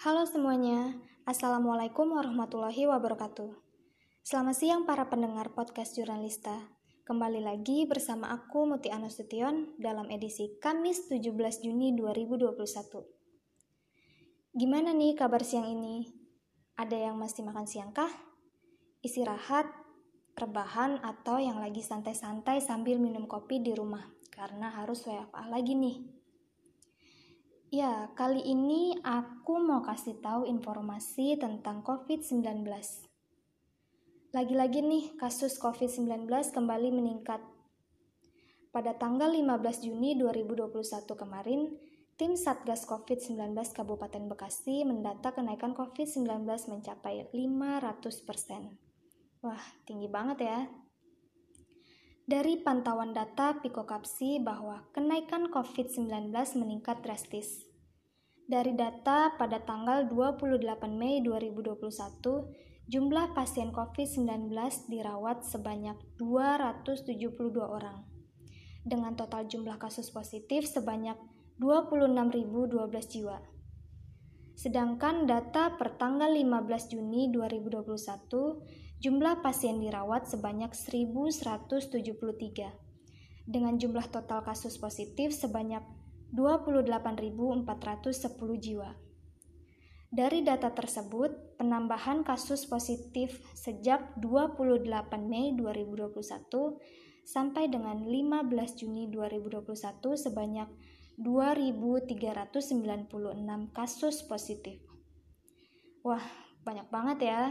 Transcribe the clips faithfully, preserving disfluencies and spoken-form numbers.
Halo semuanya, Assalamualaikum warahmatullahi wabarakatuh. Selamat siang para pendengar podcast Jurnalista. Kembali lagi bersama aku Muti Anasution dalam edisi Kamis tujuh belas Juni dua ribu dua puluh satu. Gimana nih kabar siang ini? Ada yang masih makan siang kah? Istirahat, rebahan, atau yang lagi santai-santai sambil minum kopi di rumah karena harus W F H lagi nih. Ya, kali ini aku mau kasih tahu informasi tentang covid sembilan belas. Lagi-lagi nih, kasus covid sembilan belas kembali meningkat. Pada tanggal lima belas Juni dua ribu dua puluh satu kemarin, tim Satgas covid sembilan belas Kabupaten Bekasi mendata kenaikan covid sembilan belas mencapai lima ratus persen. Wah, tinggi banget ya. Dari pantauan data Pikokapsi bahwa kenaikan covid sembilan belas meningkat drastis. Dari data pada tanggal dua puluh delapan Mei dua ribu dua puluh satu, jumlah pasien covid sembilan belas dirawat sebanyak dua ratus tujuh puluh dua orang, dengan total jumlah kasus positif sebanyak dua puluh enam ribu dua belas jiwa. Sedangkan data per tanggal lima belas Juni dua ribu dua puluh satu, jumlah pasien dirawat sebanyak seribu seratus tujuh puluh tiga, dengan jumlah total kasus positif sebanyak dua puluh delapan ribu empat ratus sepuluh jiwa. Dari data tersebut, penambahan kasus positif sejak dua puluh delapan Mei dua ribu dua puluh satu sampai dengan lima belas Juni dua ribu dua puluh satu sebanyak dua ribu tiga ratus sembilan puluh enam kasus positif. Wah, banyak banget ya.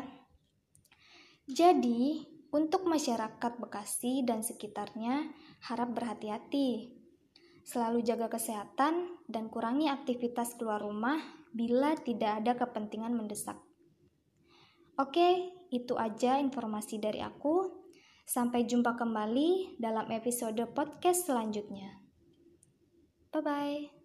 Jadi, untuk masyarakat Bekasi dan sekitarnya harap berhati-hati. Selalu jaga kesehatan dan kurangi aktivitas keluar rumah bila tidak ada kepentingan mendesak. Oke, itu aja informasi dari aku. Sampai jumpa kembali dalam episode podcast selanjutnya. Bye-bye.